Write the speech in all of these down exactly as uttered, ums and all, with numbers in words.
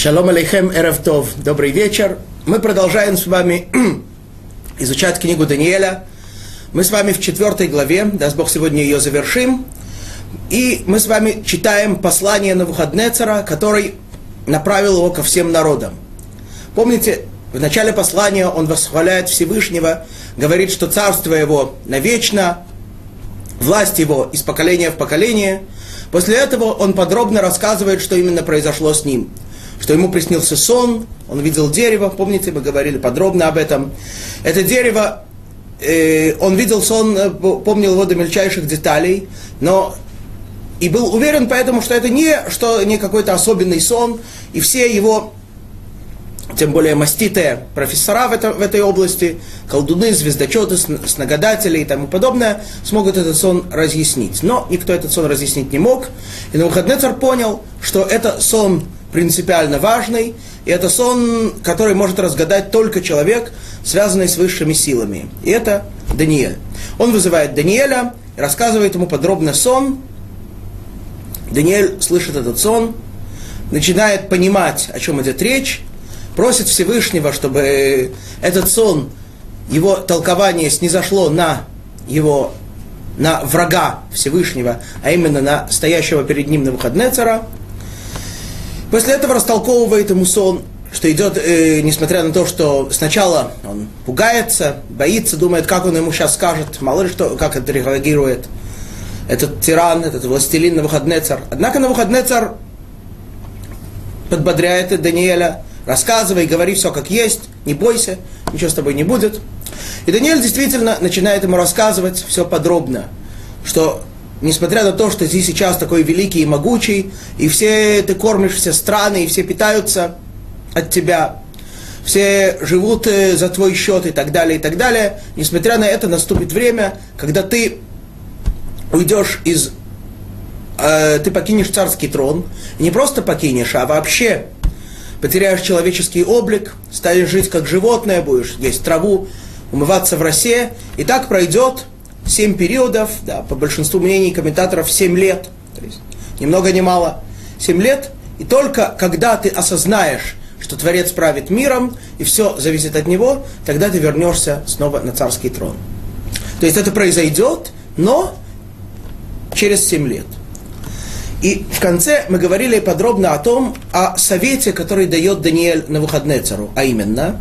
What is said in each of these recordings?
Шалом алейхем, эрев тов, добрый вечер. Мы продолжаем с вами изучать книгу Даниэля. Мы с вами в четвертой главе, даст Бог, сегодня ее завершим. И мы с вами читаем послание Навуходнецара, который направил его ко всем народам. Помните, в начале послания он восхваляет Всевышнего, говорит, что царство его навечно, власть его из поколения в поколение. После этого он подробно рассказывает, что именно произошло с ним. Что ему приснился сон, он видел дерево, помните, мы говорили подробно об этом. Это дерево, э, он видел сон, помнил его до мельчайших деталей, но и был уверен поэтому, что это не, что, не какой-то особенный сон, и все его, тем более маститые профессора в, это, в этой области, колдуны, звездочеты, снагадатели и тому подобное, смогут этот сон разъяснить. Но никто этот сон разъяснить не мог, и Навуходнецар понял, что это сон принципиально важный, и это сон, который может разгадать только человек, связанный с высшими силами. И это Даниэль. Он вызывает Даниэля, рассказывает ему подробно сон. Даниэль слышит этот сон, начинает понимать, о чем идет речь, просит Всевышнего, чтобы этот сон, его толкование снизошло на его, на врага Всевышнего, а именно на стоящего перед ним Навуходнецара. После этого растолковывает ему сон, что идет, э, несмотря на то, что сначала он пугается, боится, думает, как он ему сейчас скажет, мало ли что, как это реагирует этот тиран, этот властелин Навуходнецар. Однако Навуходнецар подбодряет Даниэля, рассказывай, говори все как есть, не бойся, ничего с тобой не будет. И Даниэль действительно начинает ему рассказывать все подробно, что несмотря на то, что ты сейчас такой великий и могучий, и все ты кормишь все страны, и все питаются от тебя, все живут за твой счет и так далее, и так далее, несмотря на это наступит время, когда ты уйдешь из... Э, ты покинешь царский трон, и не просто покинешь, а вообще потеряешь человеческий облик, станешь жить как животное, будешь есть траву, умываться в росе, и так пройдет семь периодов, да, по большинству мнений комментаторов, семь лет, то есть ни много ни мало, семь лет, и только когда ты осознаешь, что Творец правит миром, и все зависит от него, тогда ты вернешься снова на царский трон. То есть это произойдет, но через семь лет. И в конце мы говорили подробно о том, о совете, который дает Даниэль Навуходнецару, а именно,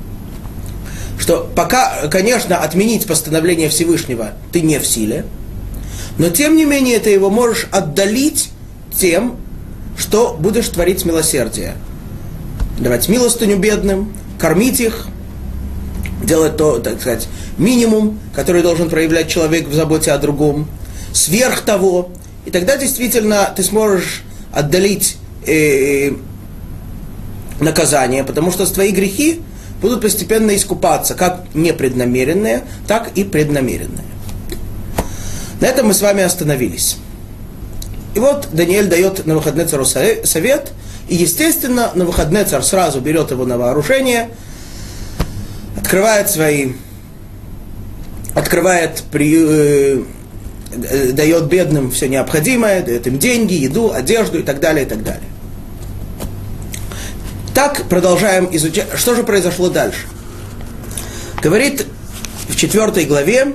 что пока, конечно, отменить постановление Всевышнего ты не в силе, но тем не менее ты его можешь отдалить тем, что будешь творить милосердие. Давать милостыню бедным, кормить их, делать то, так сказать, минимум, который должен проявлять человек в заботе о другом, сверх того. И тогда действительно ты сможешь отдалить э, наказание, потому что твои грехи будут постепенно искупаться, как непреднамеренные, так и преднамеренные. На этом мы с вами остановились. И вот Даниэль дает Навуходнецару совет, и, естественно, Навуходнецар сразу берет его на вооружение, открывает свои, открывает, при, э, дает бедным все необходимое, дает им деньги, еду, одежду и так далее, и так далее. Так продолжаем изучать. Что же произошло дальше? Говорит в четвертой главе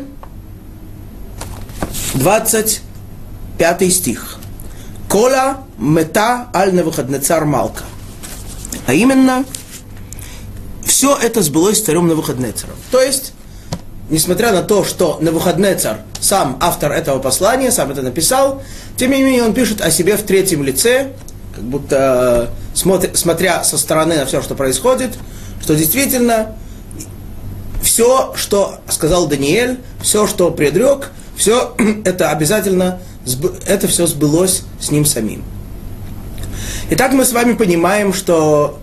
двадцать пятый стих. Кола мета аль Навуходнецар малка. А именно, все это сбылось с царем Навуходнецаром. То есть, несмотря на то, что Навуходнецар, сам автор этого послания, сам это написал, тем не менее он пишет о себе в третьем лице, как будто смотря, смотря со стороны на все, что происходит, что действительно все, что сказал Даниэль, все, что предрек, все это обязательно, это все сбылось с ним самим. Итак, мы с вами понимаем, что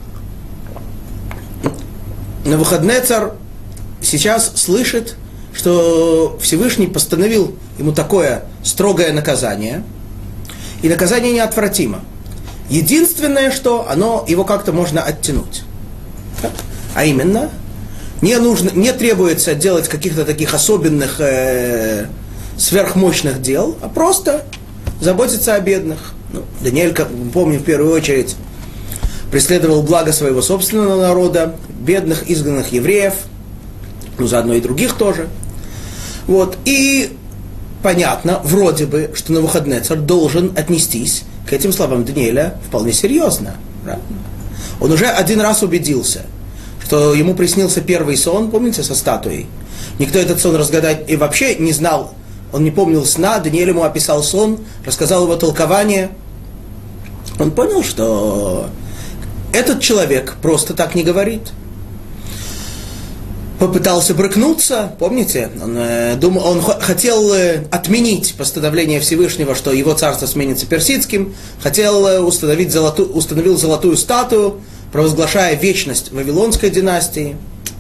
Навуходнецар сейчас слышит, что Всевышний постановил ему такое строгое наказание, и наказание неотвратимо. Единственное, что оно, его как-то можно оттянуть. Так? А именно, не, нужно, не требуется делать каких-то таких особенных э, сверхмощных дел, а просто заботиться о бедных. Ну, Даниэль, как мы помним, в первую очередь преследовал благо своего собственного народа, бедных, изгнанных евреев, ну, заодно и других тоже. Вот. И понятно, вроде бы, что Навуходоносор должен отнестись к этим словам Даниэля вполне серьезно. Правильно? Он уже один раз убедился, что ему приснился первый сон, помните, со статуей. Никто этот сон разгадать и вообще не знал, он не помнил сна, Даниэль ему описал сон, рассказал его толкование. Он понял, что этот человек просто так не говорит. Попытался брыкнуться, помните, он, э, думал, он х- хотел э, отменить постановление Всевышнего, что его царство сменится персидским, хотел э, установить золоту, установил золотую статую, провозглашая вечность Вавилонской династии,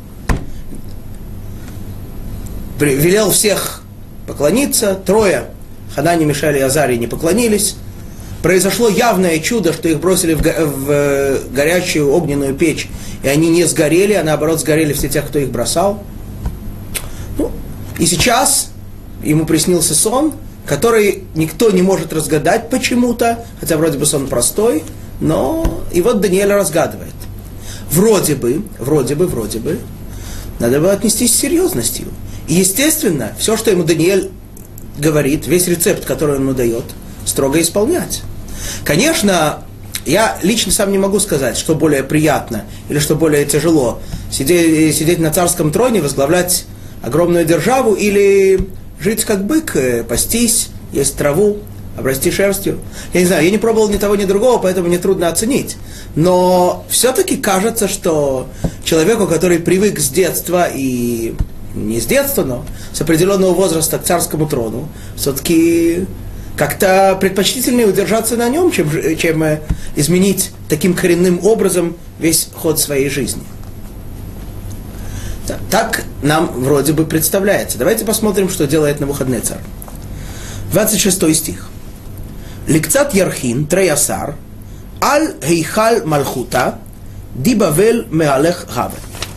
При, велел всех поклониться, трое, Ханани, Мишаэль и Азарий, не поклонились. Произошло явное чудо, что их бросили в, го- в горячую огненную печь, и они не сгорели, а наоборот сгорели все те, кто их бросал. Ну, и сейчас ему приснился сон, который никто не может разгадать почему-то, хотя вроде бы сон простой, но и вот Даниэль разгадывает. Вроде бы, вроде бы, вроде бы, надо было отнестись с серьезностью. И естественно, все, что ему Даниэль говорит, весь рецепт, который он ему дает, строго исполнять. Конечно, я лично сам не могу сказать, что более приятно или что более тяжело. Сидеть, сидеть на царском троне, возглавлять огромную державу или жить как бык, пастись, есть траву, обрасти шерстью. Я не знаю, я не пробовал ни того, ни другого, поэтому мне трудно оценить. Но все-таки кажется, что человеку, который привык с детства и не с детства, но с определенного возраста к царскому трону, все-таки как-то предпочтительнее удержаться на нем, чем, чем изменить таким коренным образом весь ход своей жизни. Так нам вроде бы представляется. Давайте посмотрим, что делает Навуходоносор. двадцать шестой стих. Ликцат ярхин треясар аль хейхал малхута ди бавел меалех гаве.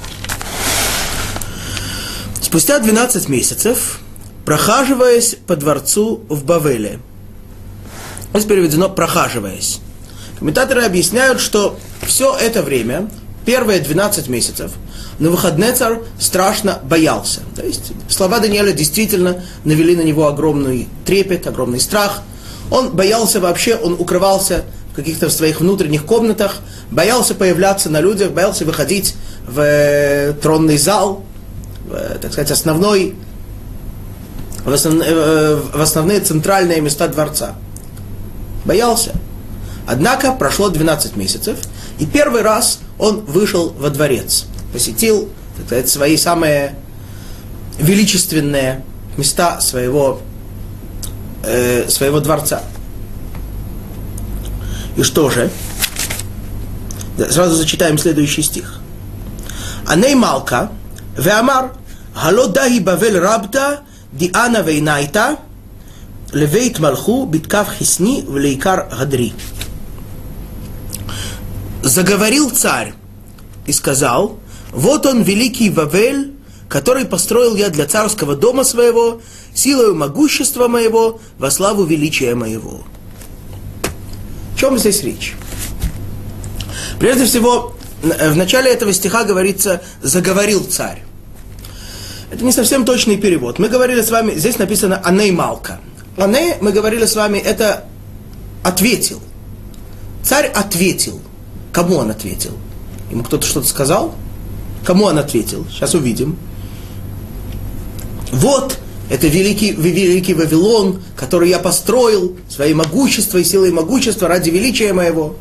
Спустя двенадцать месяцев, прохаживаясь по дворцу в Бавеле. Здесь переведено «прохаживаясь». Комментаторы объясняют, что все это время, первые двенадцать месяцев, Навуходоносор страшно боялся. То есть слова Даниэля действительно навели на него огромный трепет, огромный страх. Он боялся вообще, он укрывался в каких-то своих внутренних комнатах, боялся появляться на людях, боялся выходить в тронный зал, в, так сказать, основной, в, основ, в основные центральные места дворца. Боялся. Однако прошло двенадцать месяцев, и первый раз он вышел во дворец, посетил, так сказать, свои самые величественные места своего, э, своего дворца. И что же? Сразу зачитаем следующий стих. Аней малка веамар хало дахи бавел рабта диана вейнайта левейт малху биткав хисни влейкар гадри. Заговорил царь и сказал: вот он, великий Вавель, который построил я для царского дома своего, силою могущества моего, во славу величия моего. О чем здесь речь? Прежде всего, в начале этого стиха говорится «заговорил царь». Это не совсем точный перевод. Мы говорили с вами, здесь написано «аней малка». «Аней», мы говорили с вами, это «ответил». Царь ответил. Кому он ответил? Ему кто-то что-то сказал? Кому он ответил? Сейчас увидим. Вот, это великий, великий Вавилон, который я построил своей могуществом и силой могущества ради величия моего.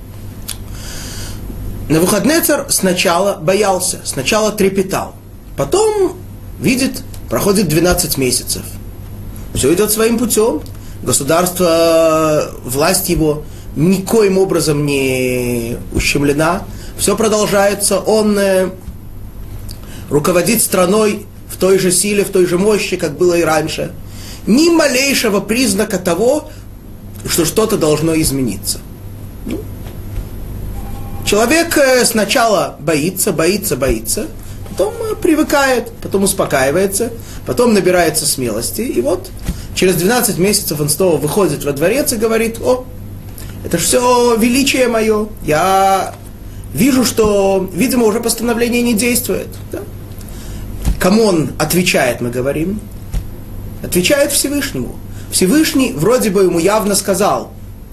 Навуходоносор сначала боялся, сначала трепетал. Потом видит, проходит двенадцать месяцев. Все идет своим путем. Государство, власть его никоим образом не ущемлена. Все продолжается. Он э, руководит страной в той же силе, в той же мощи, как было и раньше. Ни малейшего признака того, что что-то должно измениться. Ну, человек э, сначала боится, боится, боится, потом э, привыкает, потом успокаивается, потом набирается смелости. И вот через двенадцать месяцев он снова выходит во дворец и говорит: о, Это же все величие мое. Я вижу, что, видимо, уже постановление не действует. Да? Кому он отвечает, мы говорим? Отвечает Всевышнему. Всевышний вроде бы ему явно сказал: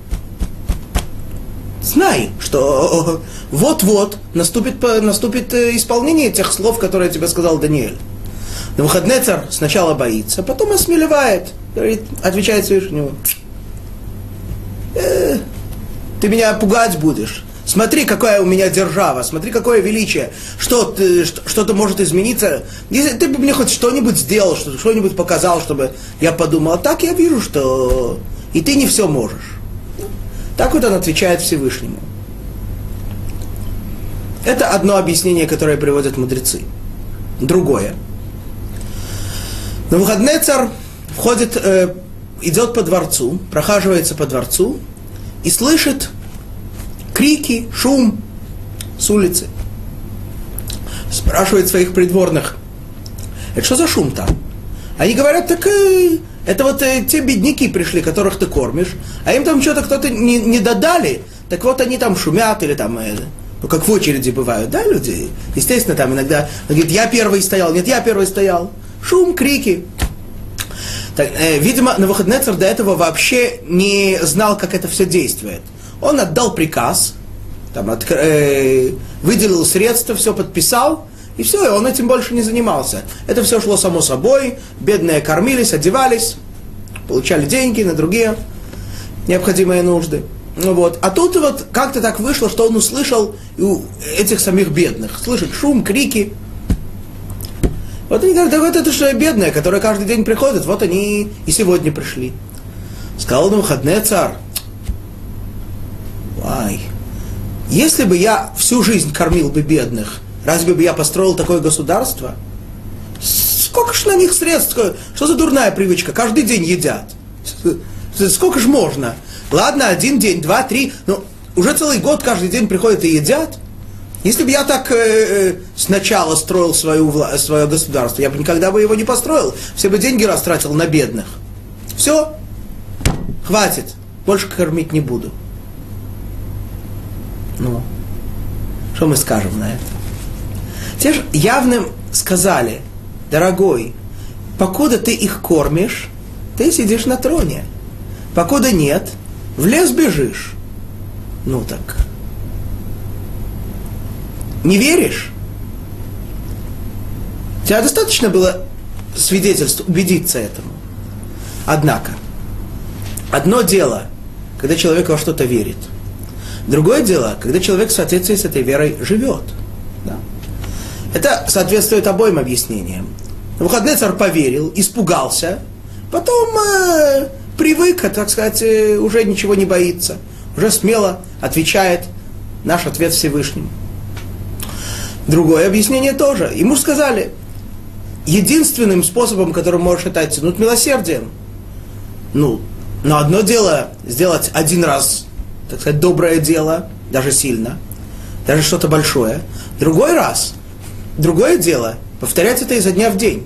знай, что вот-вот наступит, наступит исполнение тех слов, которые тебе сказал Даниэль. Навуходоносор сначала боится, потом осмелевает, говорит, отвечает Всевышнему: э, ты меня пугать будешь. Смотри, какая у меня держава, смотри, какое величие. Что, что-то может измениться. Если ты бы мне хоть что-нибудь сделал, что-нибудь показал, чтобы я подумал, а так я вижу, что и ты не все можешь. Так вот он отвечает Всевышнему. Это одно объяснение, которое приводят мудрецы. Другое. Навуходоносор входит, э, идет по дворцу, прохаживается по дворцу и слышит крики, шум с улицы. Спрашивает своих придворных: это что за шум там? Они говорят: так э, это вот э, те бедняки пришли, которых ты кормишь, а им там что-то кто-то не, не додали, так вот они там шумят или там, э, ну как в очереди бывают, да, люди? Естественно, там иногда, он говорит: я первый стоял, нет, я первый стоял. Шум, крики. Так, э, видимо, Навуходоносор до этого вообще не знал, как это все действует. Он отдал приказ, там, от, э, выделил средства, все подписал, и все, и он этим больше не занимался. Это все шло само собой, бедные кормились, одевались, получали деньги на другие необходимые нужды. Ну, вот. А тут вот как-то так вышло, что он услышал у этих самих бедных, слышит шум, крики. Вот они говорят: да вот это же бедные, которые каждый день приходят, вот они и сегодня пришли. Сказал Навуходоносор: ай, если бы я всю жизнь кормил бы бедных, разве бы я построил такое государство? Сколько ж на них средств? Что за дурная привычка? Каждый день едят. Сколько ж можно? Ладно, один день, два, три, но уже целый год каждый день приходят и едят. Если бы я так э, сначала строил свою, свое государство, я бы никогда бы его не построил. Все бы деньги растратил на бедных. Все, хватит, больше кормить не буду. Ну, что мы скажем на это? Те же явным сказали: дорогой, покуда ты их кормишь, ты сидишь на троне. Покуда нет, в лес бежишь. Ну так, не веришь? Тебе достаточно было свидетельств убедиться этому. Однако, одно дело, когда человек во что-то верит. Другое дело, когда человек в соответствии с этой верой живет. Да? Это соответствует обоим объяснениям. Навуходоносор поверил, испугался, потом э, привык, так сказать, э, уже ничего не боится, уже смело отвечает наш ответ Всевышнему. Другое объяснение тоже. Ему сказали: единственным способом, которым можешь это оттянуть, милосердием. Ну, но одно дело сделать один раз, так сказать, доброе дело, даже сильно, даже что-то большое. Другой раз, другое дело, повторять это изо дня в день.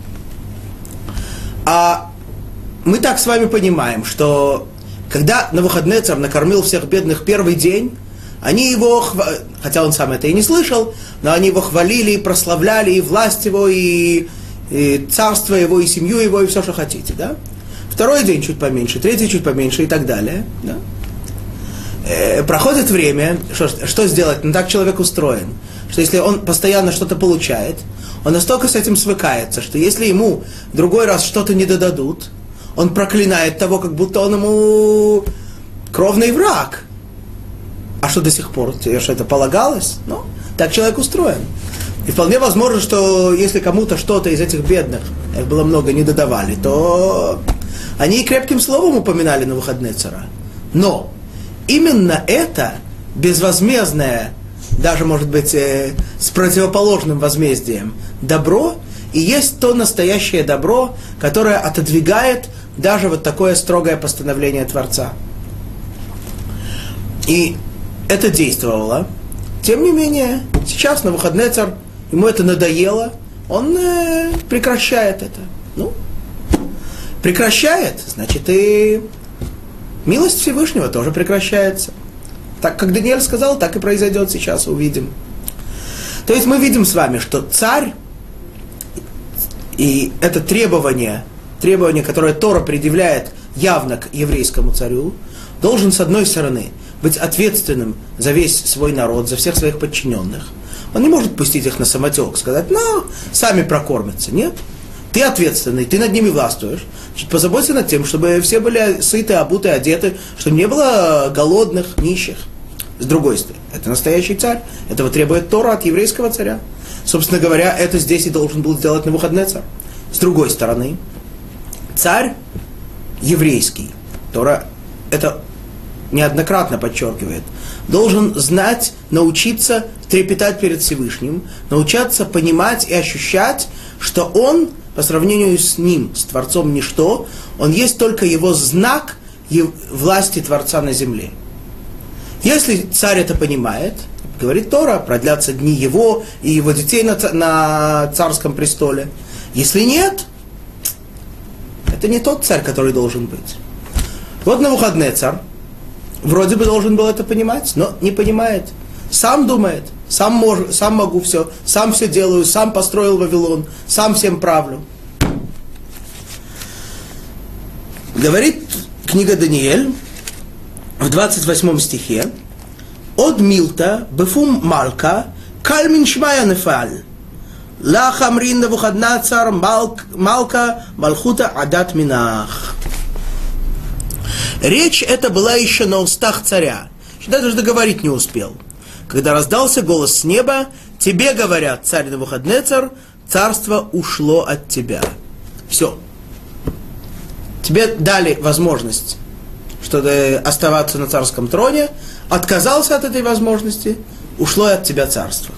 А мы так с вами понимаем, что когда Навуходоносор накормил всех бедных первый день, они его, хотя он сам это и не слышал, но они его хвалили и прославляли, и власть его, и, и царство его, и семью его, и все, что хотите. Да? Второй день чуть поменьше, третий чуть поменьше и так далее. Да? Э, проходит время, что, что сделать? Ну так человек устроен, что если он постоянно что-то получает, он настолько с этим свыкается, что если ему другой раз что-то не додадут, он проклинает того, как будто он ему кровный враг. А что до сих пор? Тебе что это полагалось? Ну, так человек устроен. И вполне возможно, что если кому-то что-то из этих бедных, их было много, не додавали, то они и крепким словом упоминали Навуходоносора. Но именно это безвозмездное, даже, может быть, э, с противоположным возмездием, добро и есть то настоящее добро, которое отодвигает даже вот такое строгое постановление Творца. И это действовало. Тем не менее, сейчас Навуходоносор, ему это надоело, он э, прекращает это. Ну, прекращает, значит, и милость Всевышнего тоже прекращается. Так как Даниэль сказал, так и произойдет сейчас, увидим. То есть мы видим с вами, что царь, и это требование, требование, которое Тора предъявляет явно к еврейскому царю, должен, с одной стороны, быть ответственным за весь свой народ, за всех своих подчиненных. Он не может пустить их на самотек, сказать, ну, сами прокормятся. Нет. Ты ответственный, ты над ними властвуешь. Значит, позаботься над тем, чтобы все были сыты, обуты, одеты, чтобы не было голодных, нищих. С другой стороны, это настоящий царь. Этого требует Тора от еврейского царя. Собственно говоря, это здесь и должен был сделать Навуходоносор. С другой стороны, царь еврейский, Тора это неоднократно подчеркивает, должен знать, научиться трепетать перед Всевышним, научаться понимать и ощущать, что он, по сравнению с ним, с Творцом ничто, он есть только его знак власти Творца на земле. Если царь это понимает, говорит Тора, продлятся дни его и его детей на, на царском престоле. Если нет, это не тот царь, который должен быть. Вот Навуходоносор вроде бы должен был это понимать, но не понимает. Сам думает, сам, мож, сам могу все, сам все делаю, сам построил Вавилон, сам всем правлю. Говорит книга Даниэль в двадцать восьмом стихе: «Од милта бефум малка кальмин шмая нефаль лах амрин Навуходоносор малка малхута адат минах». Речь эта была еще на устах царя. Считай, даже договорить не успел. Когда раздался голос с неба: «Тебе, говорят, царь Навуходоносор, царство ушло от тебя». Все. Тебе дали возможность что-то оставаться на царском троне, отказался от этой возможности, ушло от тебя царство.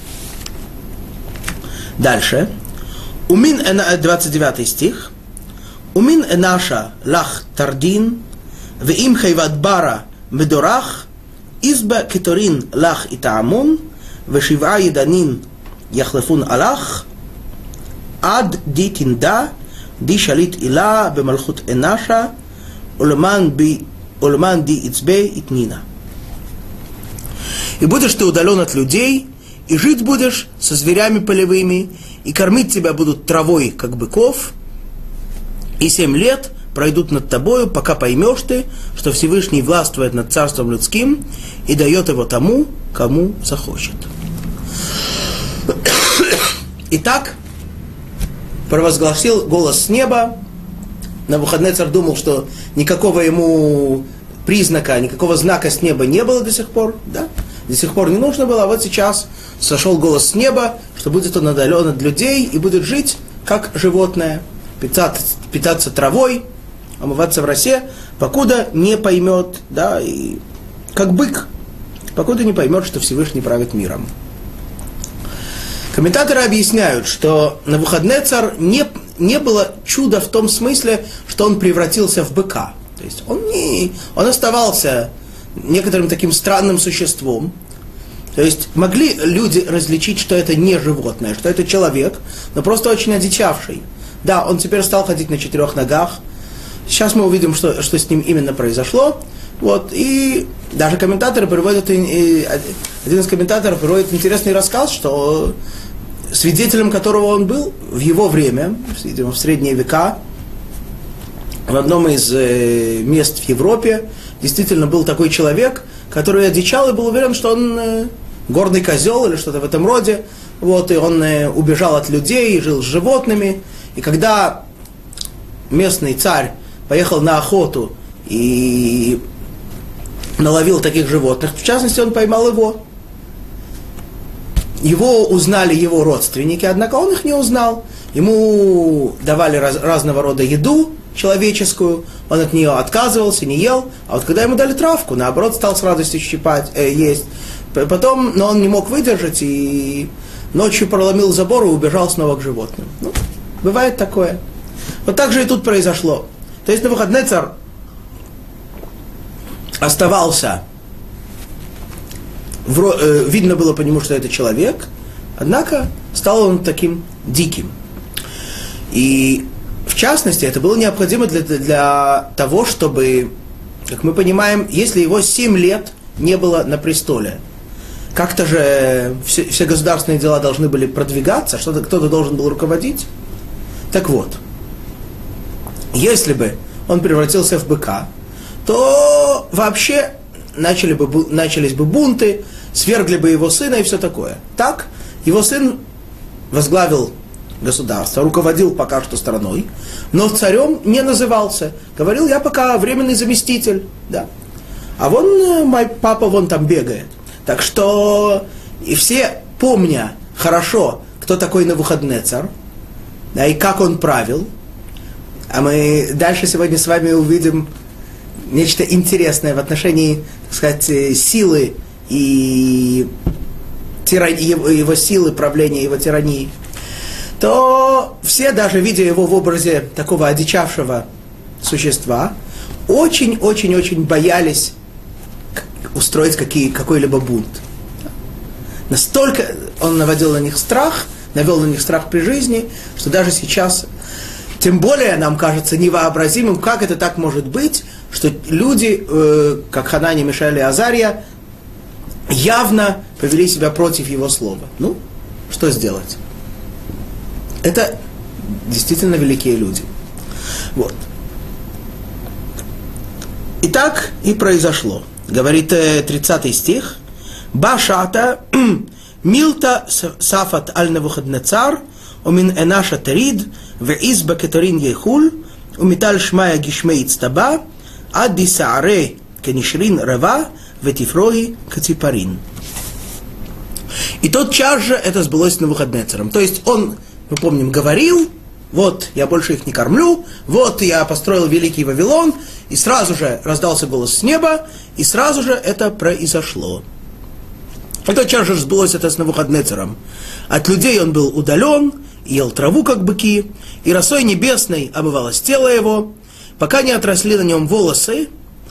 Дальше. Умин двадцать девятый стих. Умин энаша лах тардин веим хайват бара медорах изба кеторин лах итаамун вешива еданин яхлефун алах ад ди тинда ди шалит ила бемалхут энаша улман би улман ди ицбе итнина. И будешь ты удален от людей, и жить будешь со зверями полевыми, и кормить тебя будут травой, как быков, и семь лет пройдут над тобою, пока поймешь ты, что Всевышний властвует над царством людским и дает его тому, кому захочет. Итак, провозгласил голос с неба. Навуходоносор думал, что никакого ему признака, никакого знака с неба не было до сих пор, да? До сих пор не нужно было, а вот сейчас сошел голос с неба, что будет он отдален от людей и будет жить как животное, питаться, питаться травой, омываться в росе, покуда не поймет, да, и как бык, покуда не поймет, что Всевышний правит миром. Комментаторы объясняют, что Навуходоносор не, не было чуда в том смысле, что он превратился в быка. То есть он, не, он оставался некоторым таким странным существом. То есть могли люди различить, что это не животное, что это человек, но просто очень одичавший. Да, он теперь стал ходить на четырех ногах. Сейчас мы увидим, что, что с ним именно произошло. Вот, и даже комментаторы приводят, и один из комментаторов приводит интересный рассказ, что свидетелем которого он был в его время, видимо, в средние века, в одном из э, мест в Европе, действительно был такой человек, который одичал и был уверен, что он э, горный козел или что-то в этом роде. Вот, и он э, убежал от людей, жил с животными. И когда местный царь поехал на охоту и наловил таких животных, в частности, он поймал его. Его узнали его родственники, однако он их не узнал. Ему давали раз, разного рода еду человеческую, он от нее отказывался, не ел, а вот когда ему дали травку, наоборот, стал с радостью щипать, э, есть. Потом, но он не мог выдержать и ночью проломил забор и убежал снова к животным. Ну, бывает такое. Вот так же и тут произошло. То есть Навуходоносор оставался, в, э, видно было по нему, что это человек, однако стал он таким диким. И в частности, это было необходимо для, для того, чтобы как мы понимаем, если его семь лет не было на престоле, как-то же все, все государственные дела должны были продвигаться, что-то кто-то должен был руководить. Так вот, если бы он превратился в быка, то вообще начали бы, начались бы бунты, свергли бы его сына и все такое. Так, его сын возглавил государство, руководил пока что страной, но царем не назывался. Говорил, я пока временный заместитель. Да. А вон мой папа вон там бегает. Так что и все, помня хорошо, кто такой Навуходоносор, да, и как он правил, а мы дальше сегодня с вами увидим нечто интересное в отношении, так сказать, силы и тирани, его, его силы правления, его тирании, то все, даже видя его в образе такого одичавшего существа, очень-очень-очень боялись устроить какие, какой-либо бунт. Настолько он наводил на них страх, навел на них страх при жизни, что даже сейчас, тем более нам кажется невообразимым, как это так может быть, что люди, э, как Ханания, Мишаэль и Азария, явно повели себя против его слова. Ну, что сделать? Это действительно великие люди. Вот. И так и произошло. Говорит тридцатый стих. Башата милта сафат аль Навуходоносор умин энаша терид веизба кеторин ехул умиталь шмая гишмей цтаба ад бисааре кенишрин рева ветифроги каципарин. И тотчас же это сбылось с Навуходоносором. То есть он, мы помним, говорил, вот я больше их не кормлю, вот я построил великий Вавилон, и сразу же раздался голос с неба, и сразу же это произошло. И тотчас же сбылось это с Навуходоносором. От людей он был удален, ел траву, как быки, и росой небесной омывалось тело его, пока не отросли на нем волосы,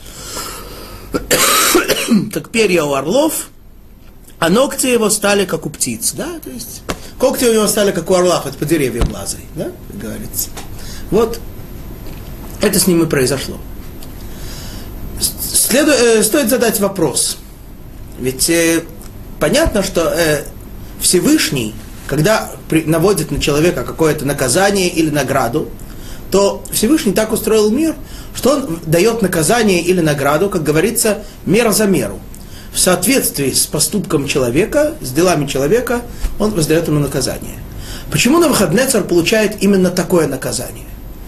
как перья у орлов, а ногти его стали, как у птиц. Да? То есть когти у него стали, как у орла, хоть по деревьям лазай, да? Как говорится. Вот это с ним и произошло. Следу, э, стоит задать вопрос. Ведь э, понятно, что э, Всевышний, когда при, наводит на человека какое-то наказание или награду, то Всевышний так устроил мир, что он дает наказание или награду, как говорится, мера за меру. В соответствии с поступком человека, с делами человека, он воздает ему наказание. Почему Навуходоносор получает именно такое наказание?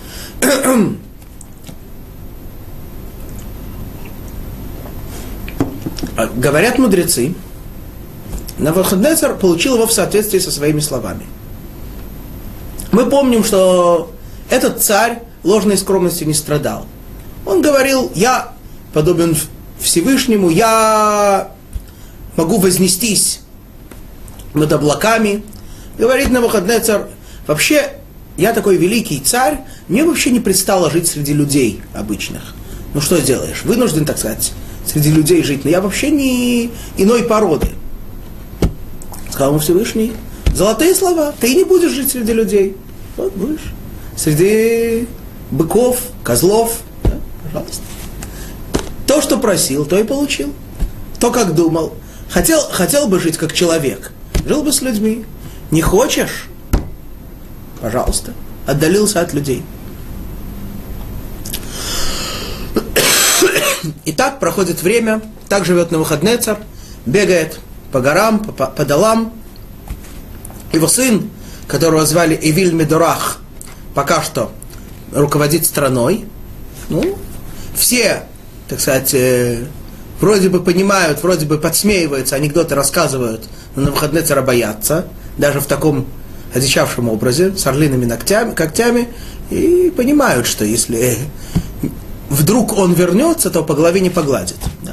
Говорят мудрецы, Навуходоносор получил его в соответствии со своими словами. Мы помним, что этот царь ложной скромностью не страдал. Он говорил, я подобен Всевышнему, я могу вознестись над облаками. Говорит Навуходоносор, вообще, я такой великий царь, мне вообще не пристало жить среди людей обычных. Ну что сделаешь, вынужден, так сказать, среди людей жить, но я вообще не иной породы. Сказал ему Всевышний, золотые слова, ты и не будешь жить среди людей. Вот будешь среди быков, козлов, да, пожалуйста. То, что просил, то и получил. То, как думал. Хотел, хотел бы жить как человек, жил бы с людьми. Не хочешь? Пожалуйста. Отдалился от людей. И так проходит время, так живет Навуходоносор, бегает по горам, по, по долам. Его сын, которого звали Эвиль Медорах, пока что руководит страной. Ну, все, так сказать, э, вроде бы понимают, вроде бы подсмеиваются, анекдоты рассказывают, но Навуходоносора боятся, даже в таком одичавшем образе, с орлиными ногтями, когтями, и понимают, что если э, вдруг он вернется, то по голове не погладит. Да.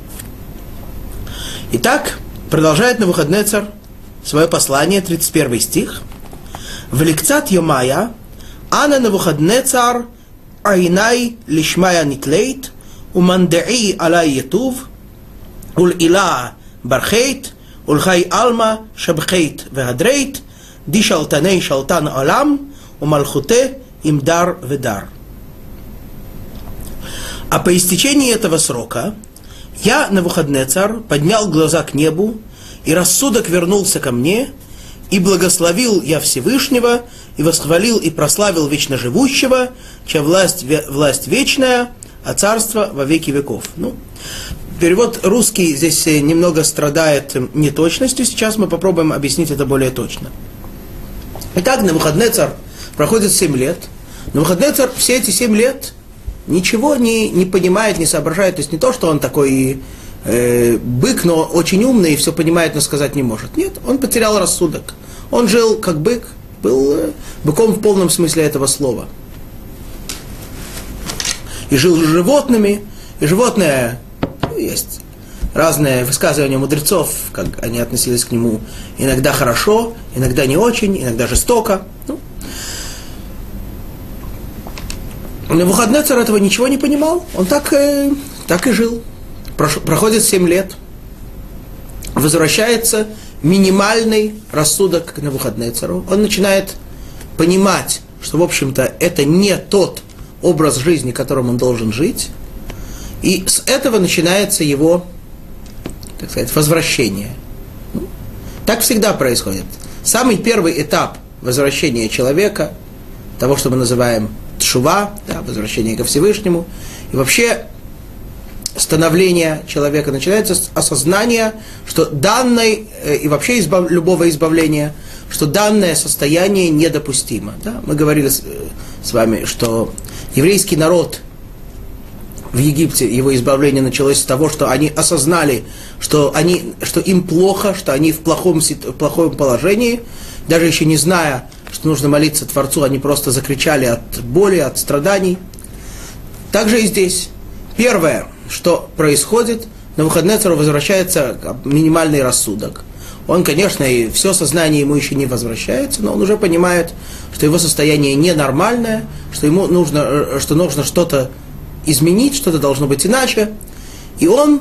Итак, продолжает Навуходоносор свое послание, тридцать первый стих. «Влекцат йомая, ана Навуходоносор, айнай лишмая нитлейт, умандеи алай етув, ул ила бархейт, ул хай алма шабхейт вегадрейт, ди шалтаней шалтан алам, умалхуте имдар ведар». А по истечении этого срока я, Навуходнецар, поднял глаза к небу, и рассудок вернулся ко мне, и благословил я Всевышнего, и восхвалил и прославил вечно живущего, чья власть, власть вечная, а царство во веки веков. Ну, перевод русский здесь немного страдает неточностью, сейчас мы попробуем объяснить это более точно. Итак, Навуходнецар проходит семь лет. Навуходнецар все эти семь лет ничего не, не понимает, не соображает. То есть не то, что он такой э, бык, но очень умный и все понимает, но сказать не может. Нет, он потерял рассудок. Он жил как бык, был э, быком в полном смысле этого слова. И жил с животными, и животные, ну, есть разные высказывания мудрецов, как они относились к нему иногда хорошо, иногда не очень, иногда жестоко. Ну, Навуходнецар этого ничего не понимал, он так, э, так и жил. Прош, проходит семь лет, возвращается минимальный рассудок к Навуходнецару. Он начинает понимать, что, в общем-то, это не тот образ жизни, которым он должен жить. И с этого начинается его, так сказать, возвращение. Ну, так всегда происходит. Самый первый этап возвращения человека, того, что мы называем тшува, да, возвращение ко Всевышнему, и вообще становление человека начинается с осознания, что данное, и вообще избав, любого избавления, что данное состояние недопустимо. Да? Мы говорили с, с вами, что еврейский народ в Египте, его избавление началось с того, что они осознали, что, они, что им плохо, что они в плохом, в плохом положении, даже еще не зная, что нужно молиться Творцу, они просто закричали от боли, от страданий. Также и здесь. Первое, что происходит, Навуходнецару возвращается минимальный рассудок. Он, конечно, и все сознание ему еще не возвращается, но он уже понимает, что его состояние ненормальное, что ему нужно, что нужно что-то изменить, что-то должно быть иначе. И он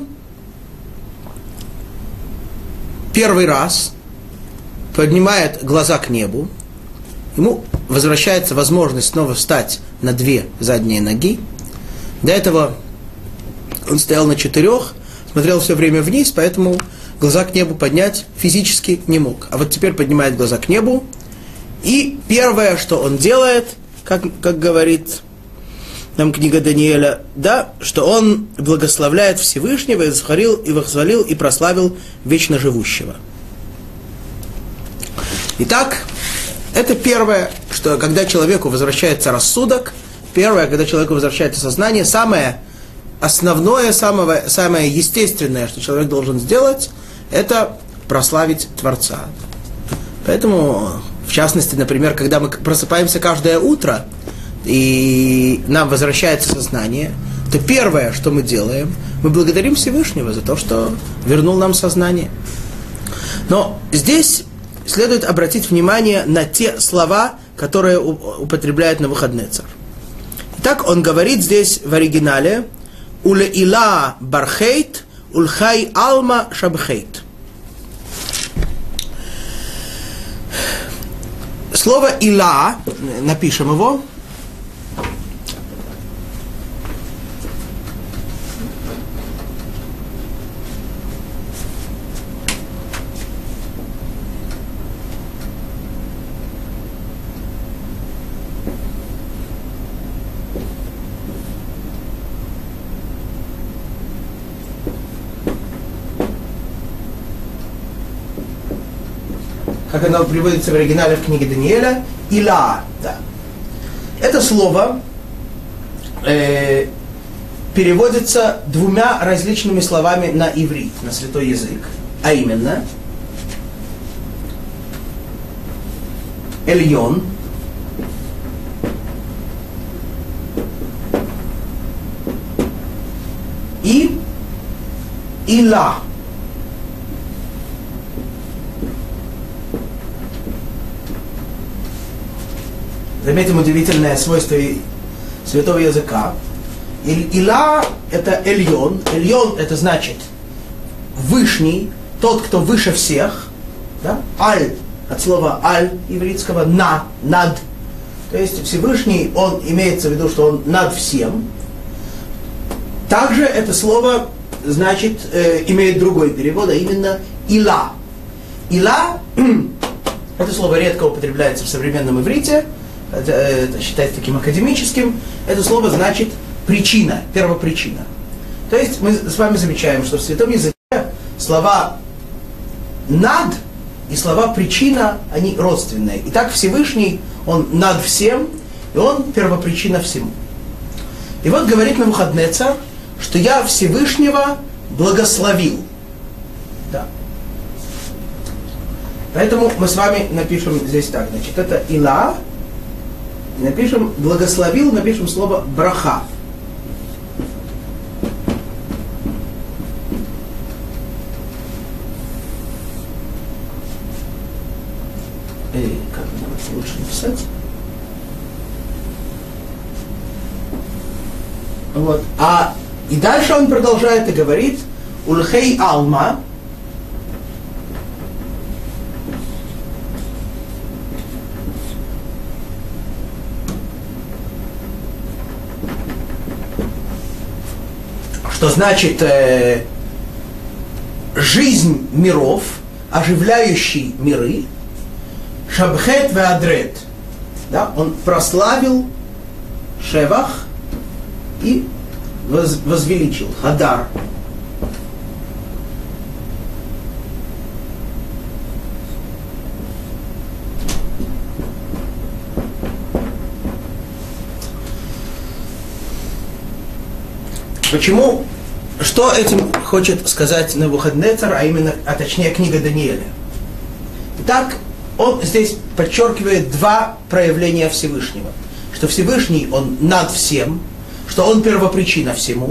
первый раз поднимает глаза к небу, ему возвращается возможность снова встать на две задние ноги. До этого он стоял на четырех, смотрел все время вниз, поэтому глаза к небу поднять физически не мог. А вот теперь поднимает глаза к небу, и первое, что он делает, как, как говорит нам книга Даниэля, да, что он благословляет Всевышнего и восхвалил, и восхвалил, и прославил вечно живущего. Итак, это первое, что когда человеку возвращается рассудок, первое, когда человеку возвращается сознание, самое основное, самое, самое естественное, что человек должен сделать, это прославить Творца. Поэтому, в частности, например, когда мы просыпаемся каждое утро, и нам возвращается сознание, то первое, что мы делаем, мы благодарим Всевышнего за то, что вернул нам сознание. Но здесь следует обратить внимание на те слова, которые употребляет Навуходнецар. Итак, он говорит здесь в оригинале «Уле ила бархейт, ульхай алма шабхейт». Слово «ила», напишем его, как оно приводится в оригинале в книге Даниэля, «Ила». Да. Это слово э, переводится двумя различными словами на иврит, на святой язык. А именно «эльон» и «ила». Заметим удивительное свойство святого языка. Ила – это эльон. Эльон – это значит вышний, тот, кто выше всех. Да? Аль – от слова аль ивритского, на, над. То есть Всевышний, он имеется в виду, что он над всем. Также это слово, значит, э, имеет другой перевод, а именно «ила». «Ила» — это слово редко употребляется в современном иврите, это, это считается таким академическим. Это слово значит «причина», «первопричина». То есть мы с вами замечаем, что в святом языке слова «над» и слова «причина», они родственные. Итак, Всевышний, Он над всем, и Он первопричина всему. И вот говорит Навуходнецар, что я Всевышнего благословил. Да. Поэтому мы с вами напишем здесь так. Значит, это «ила». Напишем «благословил», напишем слово «браха». Эй, как нам лучше написать? Вот. А и дальше он продолжает и говорит «Ульхей алма». Что значит э, жизнь миров, оживляющий миры, шабхет веадрет. Да, он прославил шевах и воз, возвеличил хадар. Почему? Что этим хочет сказать Навуходнецар, а именно, а точнее книга Даниэля? Итак, он здесь подчеркивает два проявления Всевышнего. Что Всевышний, он над всем, что он первопричина всему,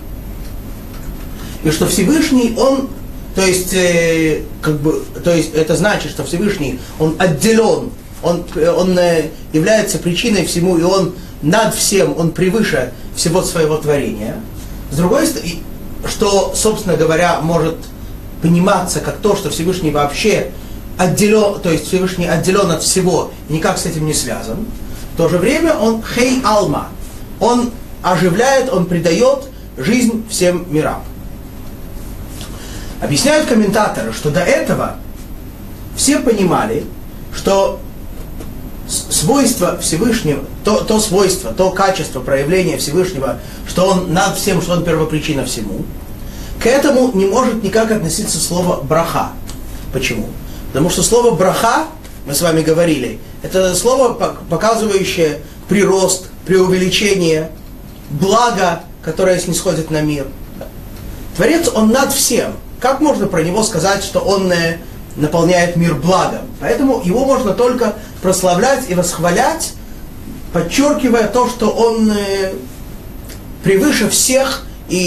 и что Всевышний, он, то есть, э, как бы, то есть это значит, что Всевышний, он отделен, он, он э, является причиной всему, и он над всем, он превыше всего своего творения. С другой стороны, что, собственно говоря, может пониматься как то, что Всевышний вообще отделен, то есть Всевышний отделен от всего, и никак с этим не связан. В то же время он хей алма, он оживляет, он придает жизнь всем мирам. Объясняют комментаторы, что до этого все понимали, что свойство Всевышнего, то, то свойство, то качество проявления Всевышнего, что он над всем, что он первопричина всему, к этому не может никак относиться слово браха. Почему? Потому что слово браха, мы с вами говорили, это слово, показывающее прирост, преувеличение, благо, которое снисходит на мир. Творец, он над всем. Как можно про него сказать, что он наполняет мир благом? Поэтому его можно только прославлять и восхвалять, подчеркивая то, что он превыше всех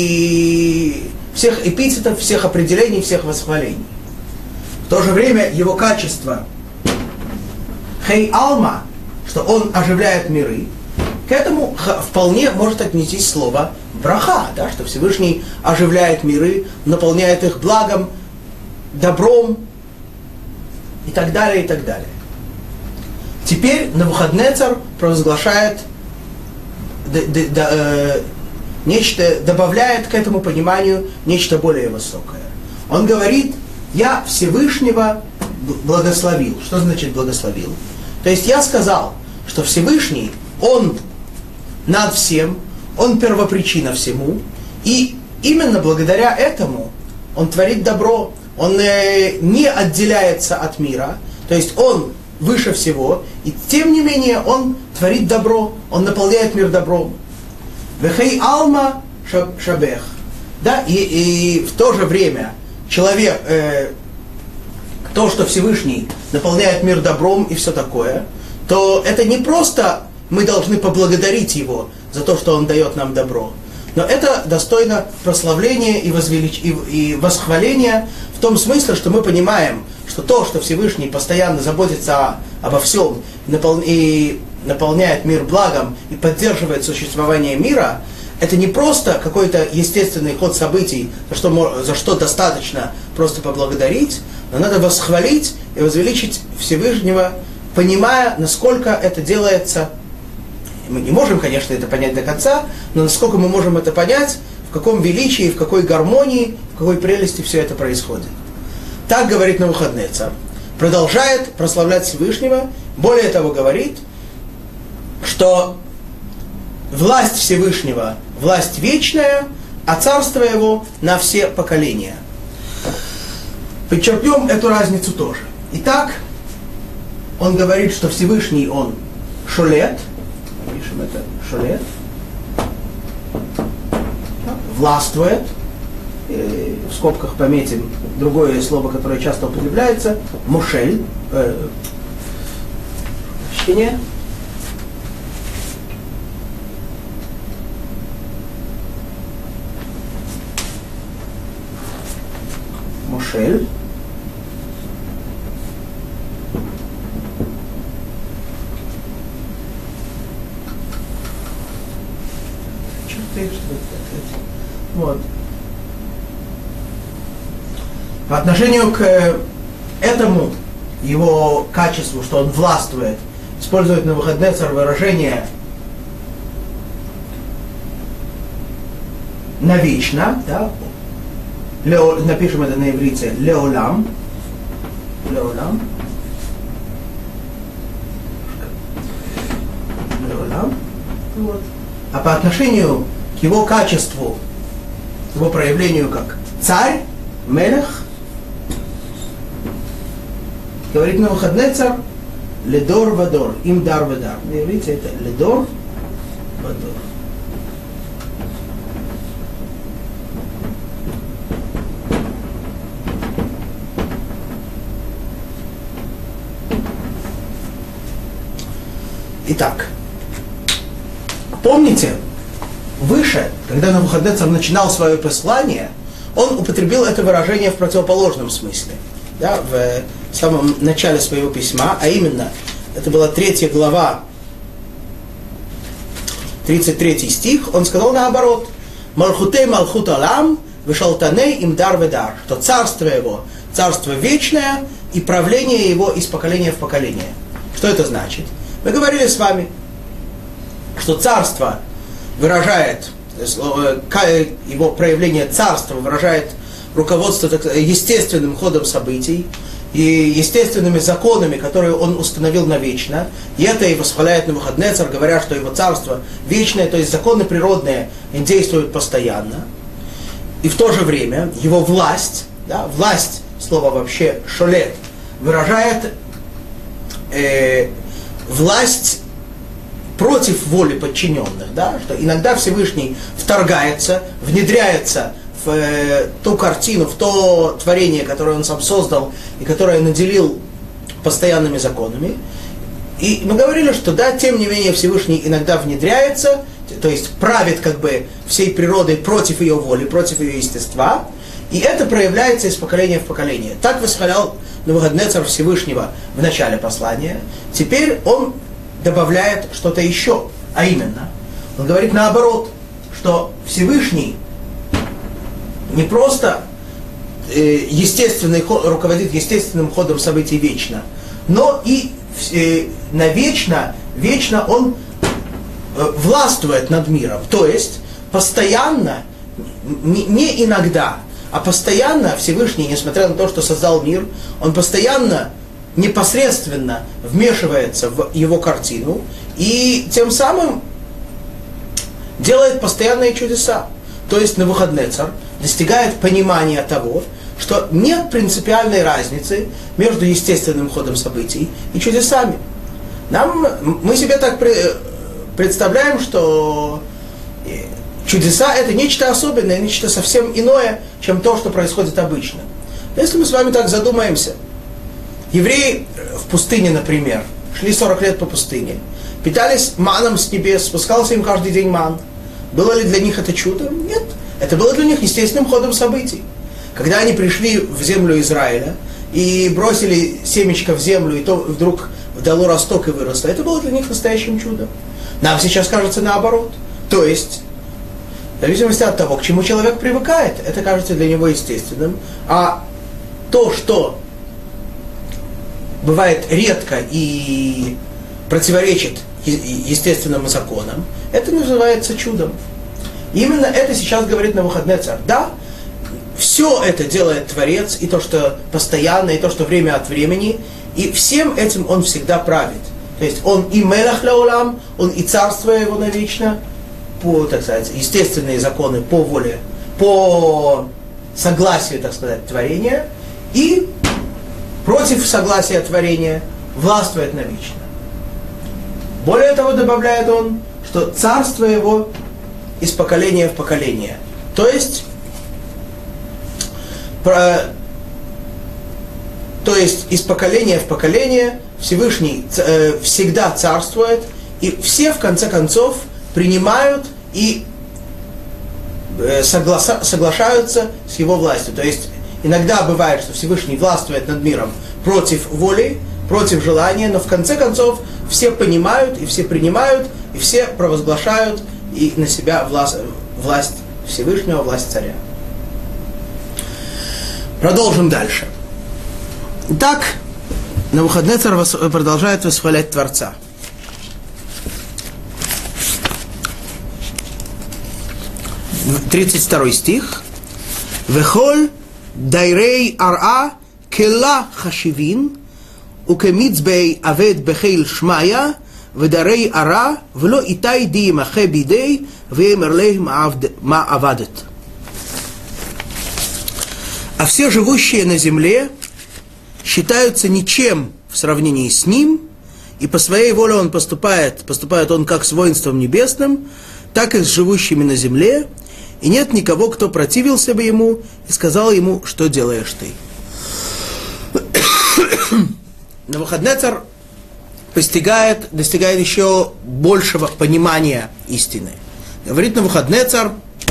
и всех эпитетов, всех определений, всех восхвалений. В то же время его качество хей алма, что он оживляет миры, к этому вполне может отнестись слово браха, да, что Всевышний оживляет миры, наполняет их благом, добром и так далее, и так далее. Теперь Навуходнецар провозглашает д, д, д, э, нечто, добавляет к этому пониманию нечто более высокое. Он говорит: я Всевышнего благословил. Что значит благословил? То есть я сказал, что Всевышний, он над всем, он первопричина всему, и именно благодаря этому он творит добро, он э, не отделяется от мира, то есть он выше всего, и тем не менее он творит добро, он наполняет мир добром. Вехей алма шабех. Да, и, и в то же время человек, э, то, что Всевышний наполняет мир добром и все такое, то это не просто мы должны поблагодарить его за то, что он дает нам добро, но это достойно прославления и, возвелич... и, и восхваления в том смысле, что мы понимаем, что то, что Всевышний постоянно заботится о, обо всем и, напол... и наполняет мир благом и поддерживает существование мира, это не просто какой-то естественный ход событий, за что, за что достаточно просто поблагодарить, но надо восхвалить и возвеличить Всевышнего, понимая, насколько это делается. Мы не можем, конечно, это понять до конца, но насколько мы можем это понять, в каком величии, в какой гармонии, в какой прелести все это происходит. Так говорит Навуходоносор. Продолжает прославлять Всевышнего. Более того, говорит, что власть Всевышнего, власть вечная, а царство его на все поколения. Подчеркнем эту разницу тоже. Итак, он говорит, что Всевышний, он шолет, пишем это, шолет, властвует, в скобках пометим другое слово, которое часто употребляется, мушель, э, чтение. Мушель. Вот. По отношению к этому его качеству, что он властвует, использует Навуходоносор выражение навечно, да? Лео, напишем это на иврите, леолам, леолам, леолам, вот. А по отношению к его качеству, к его проявлению как царь, мелех, говорит Навуходоносор, ледор вадор, им дар вадар. Видите, это ледор вадор. Итак, помните, выше, когда Навуходоносор начинал свое послание, он употребил это выражение в противоположном смысле. Да, в самом начале своего письма, а именно, это была третья глава, тридцать третий стих, он сказал наоборот, «Малхутей малхут алам, вешалтаней им дар ведар», что царство его, царство вечное, и правление его из поколения в поколение. Что это значит? Мы говорили с вами, что царство выражает, его проявление царства выражает руководство естественным ходом событий и естественными законами, которые он установил навечно. И это и восхваляет Навуходоносор, говоря, что его царство вечное, то есть законы природные действуют постоянно. И в то же время его власть, да, власть, слово вообще шолет, выражает э, власть против воли подчиненных, да, что иногда Всевышний вторгается, внедряется в э, ту картину, в то творение, которое он сам создал и которое наделил постоянными законами. И мы говорили, что да, тем не менее Всевышний иногда внедряется, то есть правит как бы всей природой против ее воли, против ее естества, и это проявляется из поколения в поколение. Так восхвалял Навуходоносор Всевышнего в начале послания. Теперь он добавляет что-то еще, а именно, он говорит наоборот, что Всевышний не просто э, естественный ход, руководит естественным ходом событий вечно, но и э, навечно, вечно он э, властвует над миром. То есть постоянно, не, не иногда, а постоянно Всевышний, несмотря на то, что создал мир, он постоянно непосредственно вмешивается в его картину и тем самым делает постоянные чудеса. То есть Навуходоносор достигает понимания того, что нет принципиальной разницы между естественным ходом событий и чудесами. Нам, мы себе так представляем, что чудеса это нечто особенное, нечто совсем иное, чем то, что происходит обычно. Если мы с вами так задумаемся, евреи в пустыне, например, шли сорок лет по пустыне, питались маном с небес, спускался им каждый день ман. Было ли для них это чудо? Нет. Это было для них естественным ходом событий. Когда они пришли в землю Израиля и бросили семечко в землю, и то вдруг дало росток и выросло, это было для них настоящим чудом. Нам сейчас кажется наоборот. То есть, в зависимости от того, к чему человек привыкает, это кажется для него естественным. А то, что бывает редко и противоречит естественным законам, это называется чудом. Именно это сейчас говорит Навуходоносор. Да, все это делает Творец, и то, что постоянно, и то, что время от времени, и всем этим он всегда правит. То есть он и мелах леолам, он и царство его навечно, по, так сказать, естественные законы, по воле, по согласию, так сказать, творения, и против согласия творения властвует навечно. Более того, добавляет он, что царство его из поколения в поколение. То есть, про, то есть из поколения в поколение Всевышний э, всегда царствует, и все в конце концов принимают и э, согласа, соглашаются с его властью. То есть иногда бывает, что Всевышний властвует над миром против воли, против желания, но в конце концов все понимают и все принимают, и все провозглашают и на себя власть, власть Всевышнего, власть царя. Продолжим дальше. Итак, Навуходоносор продолжает восхвалять Творца. тридцать второй стих. Вехоль дайрей ара кела хашивин укемицбей авед бехейл шмая вдарей ара вло итай ди махе бидей вемерлей ма авадет. А все живущие на земле считаются ничем в сравнении с ним, и по своей воле он поступает, поступает он как с воинством небесным, так и с живущими на земле, и нет никого, кто противился бы ему и сказал ему, что делаешь ты. Навуходоносор постигает, достигает еще большего понимания истины. Говорит Навуходоносор,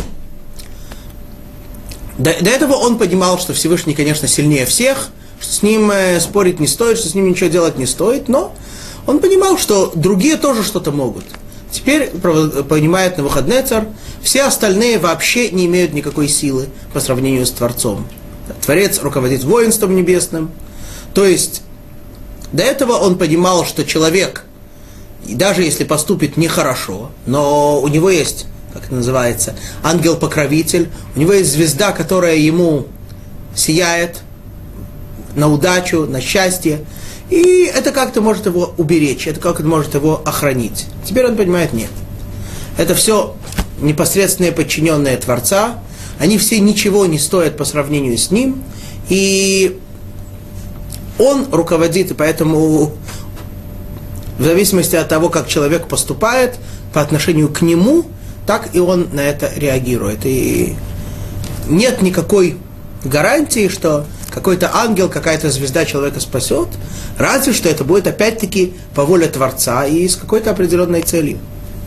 до, до этого он понимал, что Всевышний, конечно, сильнее всех, что с ним э, спорить не стоит, что с ним ничего делать не стоит, но он понимал, что другие тоже что-то могут. Теперь понимает Навуходоносор, все остальные вообще не имеют никакой силы по сравнению с Творцом. Творец руководит воинством небесным. То есть до этого он понимал, что человек, даже если поступит нехорошо, но у него есть, как это называется, ангел-покровитель, у него есть звезда, которая ему сияет на удачу, на счастье, и это как-то может его уберечь, это как-то может его охранить. Теперь он понимает, нет. Это все непосредственные подчиненные Творца, они все ничего не стоят по сравнению с ним, и он руководит, и поэтому в зависимости от того, как человек поступает по отношению к нему, так и он на это реагирует. И нет никакой гарантии, что какой-то ангел, какая-то звезда человека спасет, разве что это будет опять-таки по воле Творца и с какой-то определенной целью.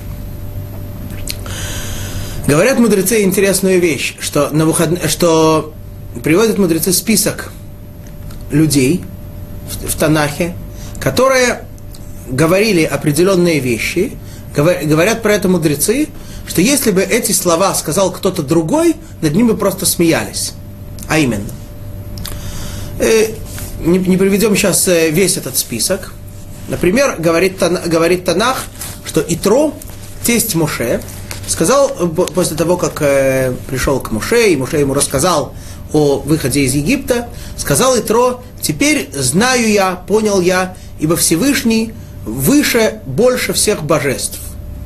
Говорят мудрецы интересную вещь, что, на выход... что приводят мудрецы список людей в, в Танахе, которые говорили определенные вещи, говорят про это мудрецы, что если бы эти слова сказал кто-то другой, над ним бы просто смеялись. А именно, э, не, не приведем сейчас весь этот список. Например, говорит, говорит Танах, что Итро, тесть Моше, сказал после того, как э, пришел к Моше, и Моше ему рассказал о выходе из Египта, сказал Итро: теперь знаю я, понял я, ибо Всевышний выше, больше всех божеств.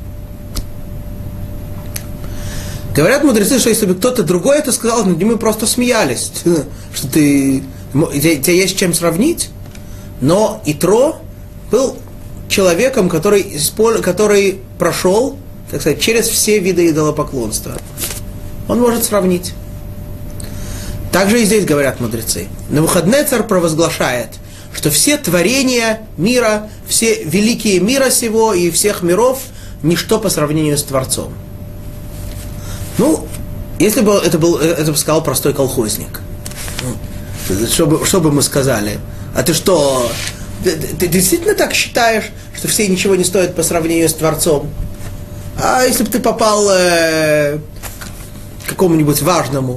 Говорят мудрецы, что если бы кто-то другой это сказал, над ним просто смеялись, что ты, тебя есть чем сравнить. Но Итро был человеком, который, который прошел, так сказать, через все виды идолопоклонства. Он может сравнить. Также и здесь говорят мудрецы. Навуходоносор провозглашает, что все творения мира, все великие мира сего и всех миров ничто по сравнению с Творцом. Ну, если бы это был, это бы сказал простой колхозник, что бы, что бы мы сказали? А ты что, ты, ты действительно так считаешь, что все ничего не стоят по сравнению с Творцом? А если бы ты попал э, к какому-нибудь важному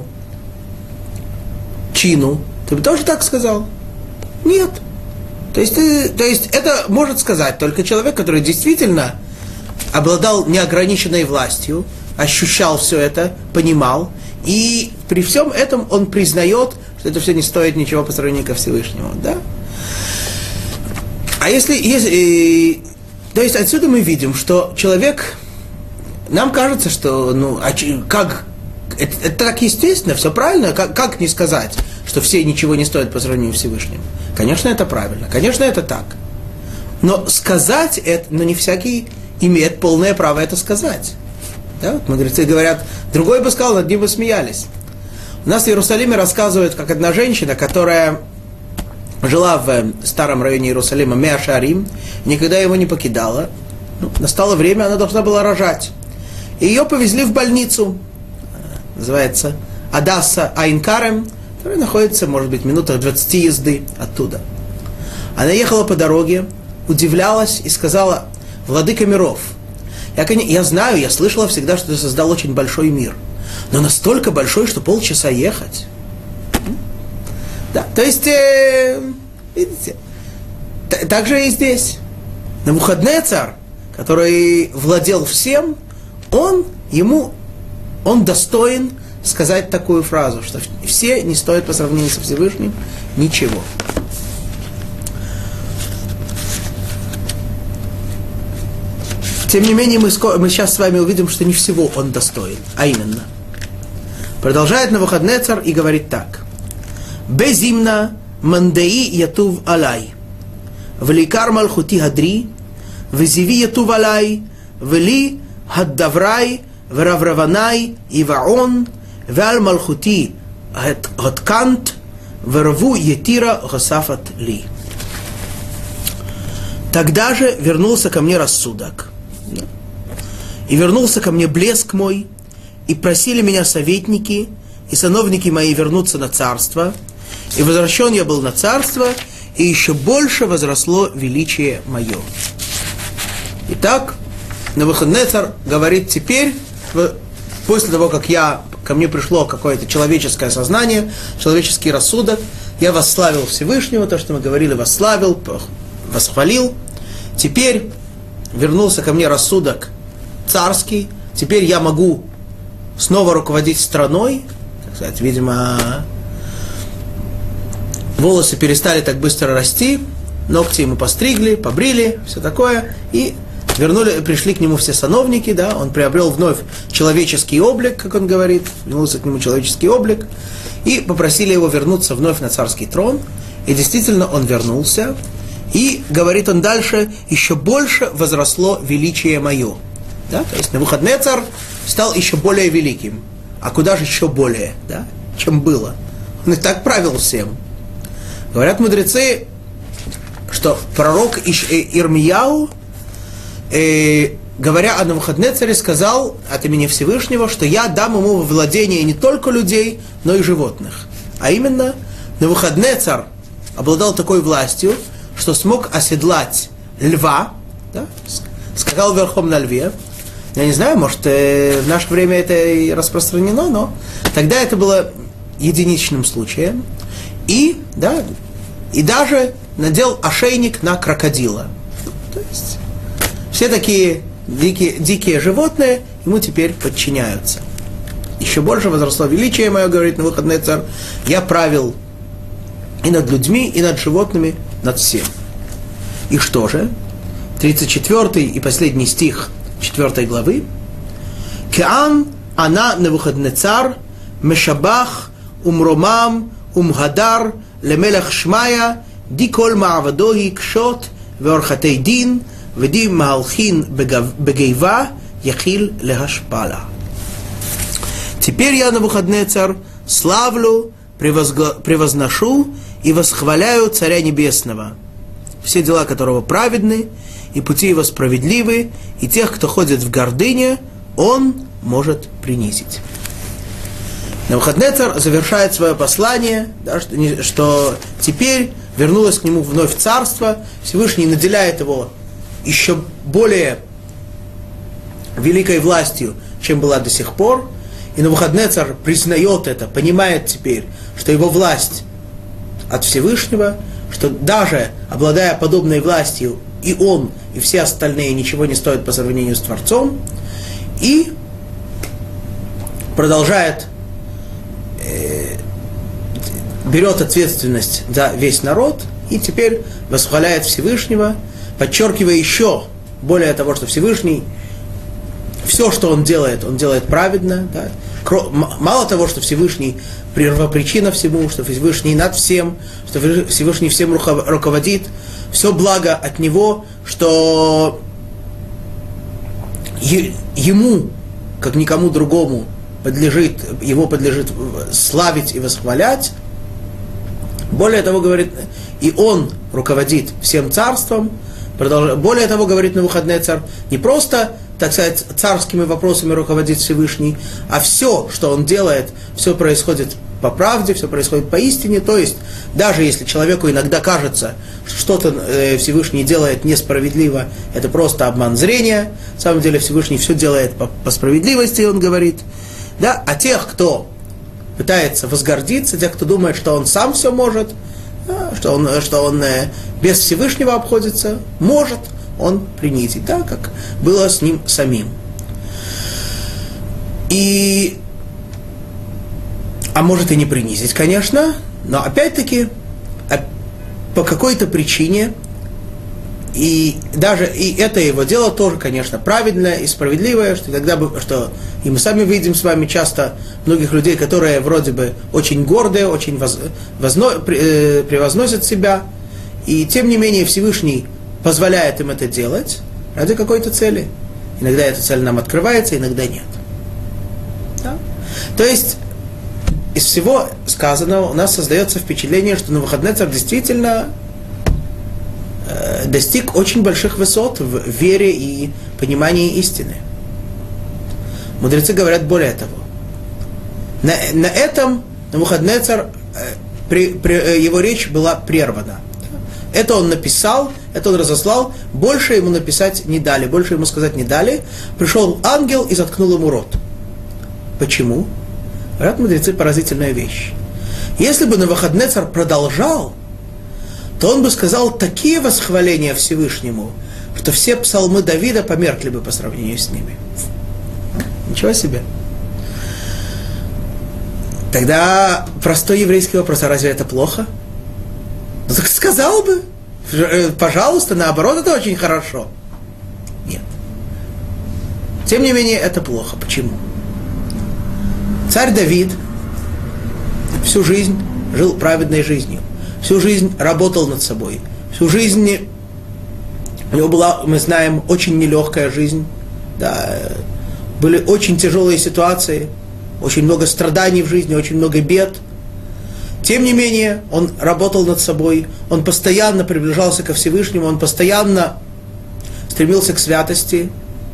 чину, ты бы тоже так сказал? Нет. То есть, ты, то есть это может сказать только человек, который действительно обладал неограниченной властью, ощущал все это, понимал, и при всем этом он признает, что это все не стоит ничего по сравнению ко Всевышнему, да? А если, если то есть отсюда мы видим, что человек, нам кажется, что, ну, а как, это, это так естественно, все правильно, как, как не сказать, что все ничего не стоят по сравнению с Всевышним? Конечно, это правильно, конечно, это так. Но сказать это, но не всякий имеет полное право это сказать. Да? Вот мудрецы говорят, другой бы сказал, над ним бы смеялись. У нас в Иерусалиме рассказывают, как одна женщина, которая жила в старом районе Иерусалима, Меа Шаарим, никогда его не покидала. Ну, настало время, она должна была рожать. И ее повезли в больницу, называется Адасса Айн Карем, которая находится, может быть, в минутах двадцати езды оттуда. Она ехала по дороге, удивлялась и сказала: «Владыка миров, я, я знаю, я слышала всегда, что ты создал очень большой мир, но настолько большой, что полчаса ехать». Да, то есть, э, видите, т- так же и здесь. Навуходнецар, который владел всем, он, ему, он достоин сказать такую фразу, что все не стоят по сравнению со Всевышним ничего. Тем не менее, мы, скоро, мы сейчас с вами увидим, что не всего он достоин, а именно. Продолжает Навуходнецар и говорит так. «Безимна мандеи ятув алай, великар малхути хадри, везиви ятув алай, вели хаддаврай, веравраванай, иваон, веал малхути хаткант, верву етира гасафат ли». Тогда же вернулся ко мне рассудок, и вернулся ко мне блеск мой, и просили меня советники и сановники мои вернуться на царство, и возвращен я был на царство, и еще больше возросло величие мое. Итак, Навуходнецар говорит теперь, после того, как я, ко мне пришло какое-то человеческое сознание, человеческий рассудок, я восславил Всевышнего, то, что мы говорили, восславил, восхвалил, теперь вернулся ко мне рассудок царский, теперь я могу снова руководить страной, так сказать, видимо, волосы перестали так быстро расти, ногти ему постригли, побрили, все такое, и вернули, пришли к нему все сановники, да, он приобрел вновь человеческий облик, как он говорит, вернулся к нему человеческий облик, и попросили его вернуться вновь на царский трон, и действительно он вернулся, и, говорит он дальше, еще больше возросло величие мое. Да? То есть Навуходнецар стал еще более великим. А куда же еще более, да, чем было? Он и так правил всем. Говорят мудрецы, что пророк Иш- э, Ирмияу, э, говоря о Навуходнецаре, сказал от имени Всевышнего, что я дам ему во владение не только людей, но и животных. А именно, Навуходнецар обладал такой властью, что смог оседлать льва, да, скакал верхом на льве. Я не знаю, может, э, в наше время это и распространено, но тогда это было единичным случаем. И, да, и даже надел ошейник на крокодила. То есть все такие дикие, дикие животные ему теперь подчиняются. Еще больше возросло величие мое, говорит Навуходнецар. Я правил и над людьми, и над животными, над всем. И что же? тридцать четвёртый и последний стих четвёртой главы. Кеан ана Навуходнецар мешабах умромам умгадар лемелах шмая дикол маавадоhi кшот веорхатей дин веди маалхин бегейва яхил лехашпала. Теперь я, Навуходнецар, славлю, превозгла... превозношу и восхваляю Царя Небесного, все дела которого праведны, и пути его справедливы, и тех, кто ходит в гордыне, он может принизить. Навуходнецар завершает свое послание, да, что, не, что теперь вернулось к нему вновь царство, Всевышний наделяет его еще более великой властью, чем была до сих пор, и Навуходнецар признает это, понимает теперь, что его власть от Всевышнего, что даже обладая подобной властью, и он, и все остальные ничего не стоят по сравнению с Творцом, и продолжает, э, берет ответственность за весь народ и теперь восхваляет Всевышнего, подчеркивая еще более того, что Всевышний, все, что он делает, он делает праведно. Да? Мало того, что Всевышний первопричина всему, что Всевышний над всем, что Всевышний всем руководит, все благо от него, что ему, как никому другому, подлежит, его подлежит славить и восхвалять. Более того, говорит, и он руководит всем царством. Более того, говорит Навуходоносор, не просто, так сказать, царскими вопросами руководит Всевышний, а все, что он делает, все происходит по правде, все происходит по истине. То есть, даже если человеку иногда кажется, что что-то э, Всевышний делает несправедливо, это просто обман зрения. На самом деле Всевышний все делает по, по справедливости, он говорит. Да? А тех, кто пытается возгордиться, тех, кто думает, что он сам все может, да, что он, что он э, без Всевышнего обходится, может он принизить, да, как было с ним самим. И, а может и не принизить, конечно, но опять-таки по какой-то причине, и даже и это его дело тоже, конечно, праведное и справедливое, что тогда бы, что и мы сами видим с вами часто многих людей, которые вроде бы очень гордые, очень воз, возно, э, превозносят себя, и тем не менее Всевышний позволяет им это делать ради какой-то цели. Иногда эта цель нам открывается, иногда нет. Да? То есть из всего сказанного у нас создается впечатление, что Навуходоносор действительно э, достиг очень больших высот в вере и понимании истины. Мудрецы говорят более того. На, на этом Навуходоносор, э, при, при, э, его речь была прервана. Это он написал, это он разослал, больше ему написать не дали, больше ему сказать не дали. Пришел ангел и заткнул ему рот. Почему? Говорят мудрецы, поразительная вещь. Если бы Навуходоносор продолжал, то он бы сказал такие восхваления Всевышнему, что все псалмы Давида померкли бы по сравнению с ними. Ничего себе. Тогда простой еврейский вопрос, а разве это плохо? Ну так сказал бы, пожалуйста, наоборот, это очень хорошо. Нет. Тем не менее, это плохо. Почему? Царь Давид всю жизнь жил праведной жизнью, всю жизнь работал над собой, всю жизнь у него была, мы знаем, очень нелегкая жизнь, да, были очень тяжелые ситуации, очень много страданий в жизни, очень много бед. Тем не менее, он работал над собой, он постоянно приближался ко Всевышнему, он постоянно стремился к святости.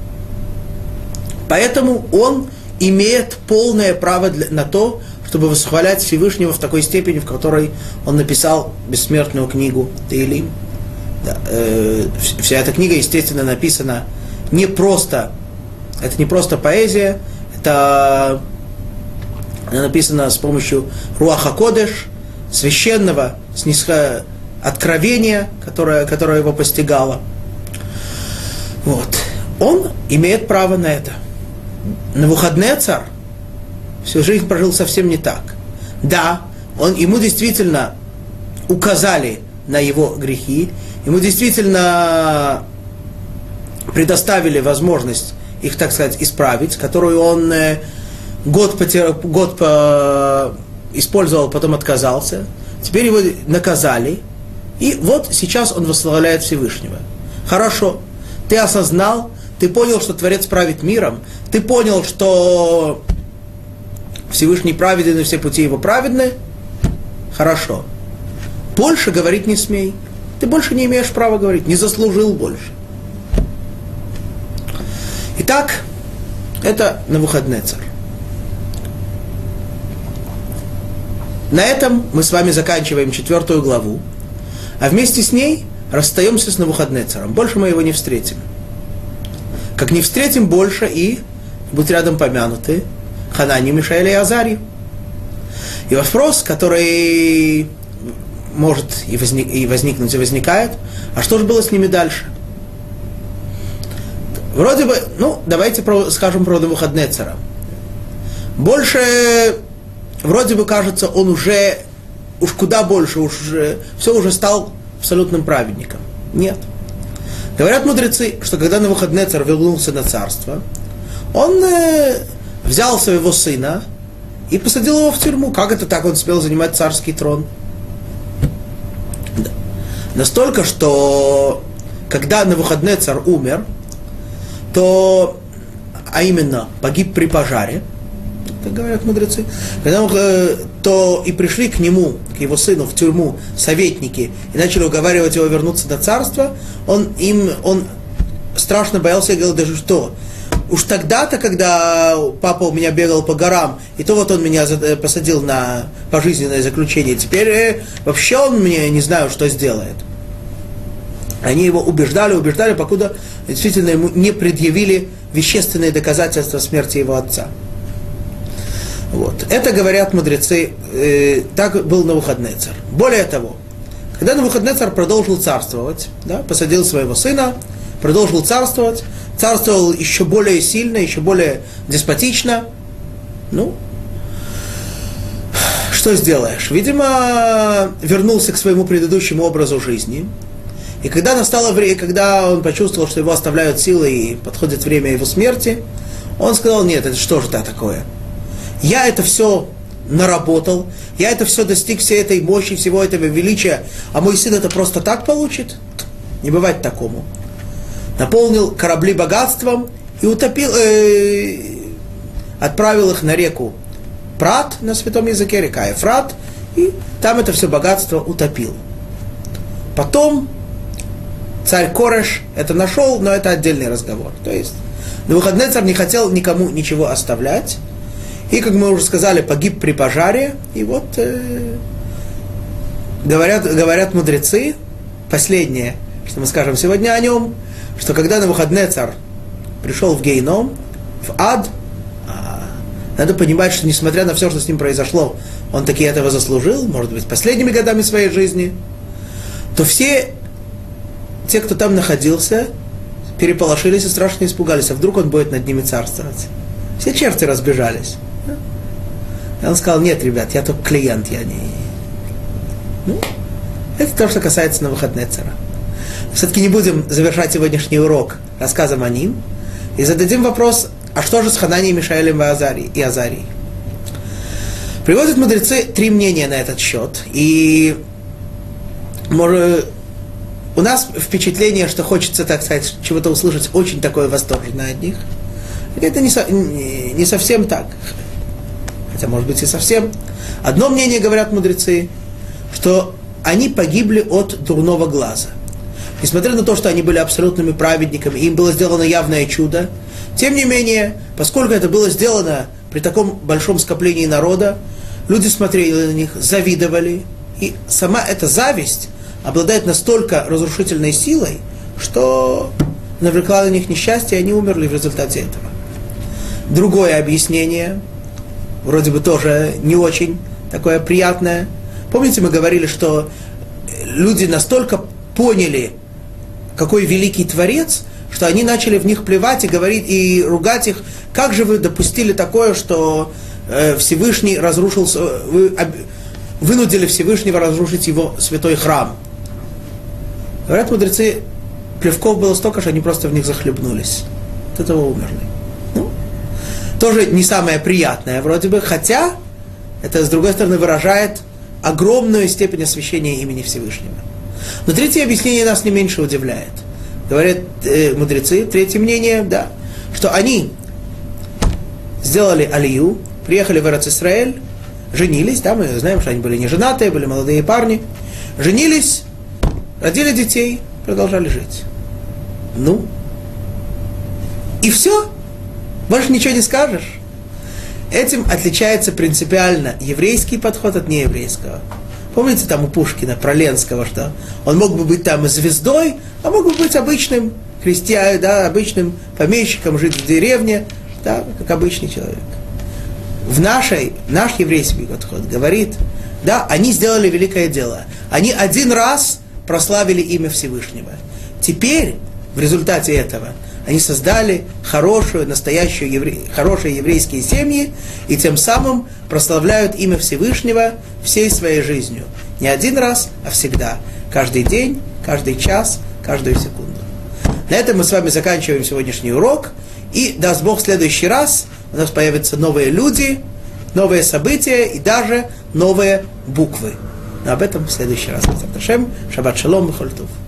Поэтому он имеет полное право для, на то, чтобы восхвалять Всевышнего в такой степени, в которой он написал бессмертную книгу Теилим. Да, э, вся эта книга, естественно, написана не просто, это не просто поэзия, это она написана с помощью Руах ха-Кодеш, священного снисха... откровения, которое, которое его постигало. Вот. Он имеет право на это. Навуходоносор всю жизнь прожил совсем не так. Да, он, ему действительно указали на его грехи, ему действительно предоставили возможность их, так сказать, исправить, которую он год, потер... год по... использовал, потом отказался. Теперь его наказали. И вот сейчас он восславляет Всевышнего. Хорошо, ты осознал, ты понял, что Творец правит миром, ты понял, что Всевышний праведен и все пути его праведны. Хорошо. Больше говорить не смей. Ты больше не имеешь права говорить, не заслужил больше. Итак, это Навуходоносор. На этом мы с вами заканчиваем четвертую главу, а вместе с ней расстаемся с Навуходоносором. Больше мы его не встретим. Как не встретим больше и, будь рядом помянуты, Хананию, Мишаэля и Азарию. И вопрос, который может и, возник, и возникнуть, и возникает, а что же было с ними дальше? Вроде бы, ну, давайте про, скажем про Навуходоносора. Больше, вроде бы кажется, он уже, уж куда больше, уж все уже стал абсолютным праведником. Нет. Говорят мудрецы, что когда Навуходоносор вернулся на царство, он э, взял своего сына и посадил его в тюрьму. Как это так он смел занимать царский трон? Да. Настолько, что когда Навуходоносор умер, то, а именно погиб при пожаре, так говорят мудрецы, когда он, э, то и пришли к нему, к его сыну в тюрьму советники и начали уговаривать его вернуться на царство, он им, он страшно боялся и говорил даже, что уж тогда-то, когда папа у меня бегал по горам, и то вот он меня посадил на пожизненное заключение, теперь э, вообще он мне не знаю, что сделает. Они его убеждали, убеждали, покуда действительно ему не предъявили вещественные доказательства смерти его отца. Вот. Это говорят мудрецы, э, так был Навуходоносор. Более того, когда Навуходоносор продолжил царствовать, да, посадил своего сына, продолжил царствовать, царствовал еще более сильно, еще более деспотично, ну, что сделаешь? Видимо, вернулся к своему предыдущему образу жизни. И когда настало время, когда он почувствовал, что его оставляют силы и подходит время его смерти, он сказал: нет, это что же это такое? Я это все наработал, я это все достиг, всей этой мощи, всего этого величия, а мой сын это просто так получит? Не бывает такому. Наполнил корабли богатством и утопил, э, отправил их на реку Прат, на святом языке, река Ефрат, и там это все богатство утопил. Потом царь Кореш это нашел, но это отдельный разговор. То есть Навуходоносор не хотел никому ничего оставлять, и, как мы уже сказали, погиб при пожаре. И вот э, говорят, говорят мудрецы, последнее, что мы скажем сегодня о нем, что когда Навуходоносор пришел в Гейном, в ад, а, надо понимать, что несмотря на все, что с ним произошло, он таки этого заслужил, может быть, последними годами своей жизни, то все те, кто там находился, переполошились и страшно испугались, а вдруг он будет над ними царствовать. Все черти разбежались. И он сказал: нет, ребят, я только клиент, я не... Ну, это то, что касается Навуходоносора. Все-таки не будем завершать сегодняшний урок рассказом о ним, и зададим вопрос: а что же с Хананией, Мишаэлем и Азарией? Приводят мудрецы три мнения на этот счет, и может, у нас впечатление, что хочется, так сказать, чего-то услышать очень такое восторженное от них. Это не, со, не, не совсем так. Хотя, может быть, и совсем. Одно мнение, говорят мудрецы, что они погибли от дурного глаза. Несмотря на то, что они были абсолютными праведниками, и им было сделано явное чудо, тем не менее, поскольку это было сделано при таком большом скоплении народа, люди смотрели на них, завидовали, и сама эта зависть обладает настолько разрушительной силой, что навлекла на них несчастье, и они умерли в результате этого. Другое объяснение, вроде бы тоже не очень такое приятное. Помните, мы говорили, что люди настолько поняли, какой великий Творец, что они начали в них плевать и говорить, и ругать их: как же вы допустили такое, что э, Всевышний разрушил, вы об, вынудили Всевышнего разрушить его святой храм. Говорят мудрецы, плевков было столько, что они просто в них захлебнулись. От этого умерли. Ну, тоже не самое приятное вроде бы, хотя это, с другой стороны, выражает огромную степень освящения имени Всевышнего. Но третье объяснение нас не меньше удивляет. Говорят э, мудрецы, третье мнение, да, что они сделали алию, приехали в Эрец-Исраэль, женились, да, мы знаем, что они были не женатые, были молодые парни, женились, родили детей, продолжали жить. Ну, и все, больше ничего не скажешь. Этим отличается принципиально еврейский подход от нееврейского. Помните там у Пушкина, про Ленского, что он мог бы быть там звездой, а мог бы быть обычным крестьянином, да, обычным помещиком, жить в деревне, да, как обычный человек. В нашей, наш еврейский подход говорит, да, они сделали великое дело. Они один раз прославили имя Всевышнего. Теперь, в результате этого, они создали хорошую, настоящую евре... хорошие еврейские семьи и тем самым прославляют имя Всевышнего всей своей жизнью. Не один раз, а всегда. Каждый день, каждый час, каждую секунду. На этом мы с вами заканчиваем сегодняшний урок. И, даст Бог, в следующий раз у нас появятся новые люди, новые события и даже новые буквы. Но об этом в следующий раз. Шаббат шалом, михоль тов.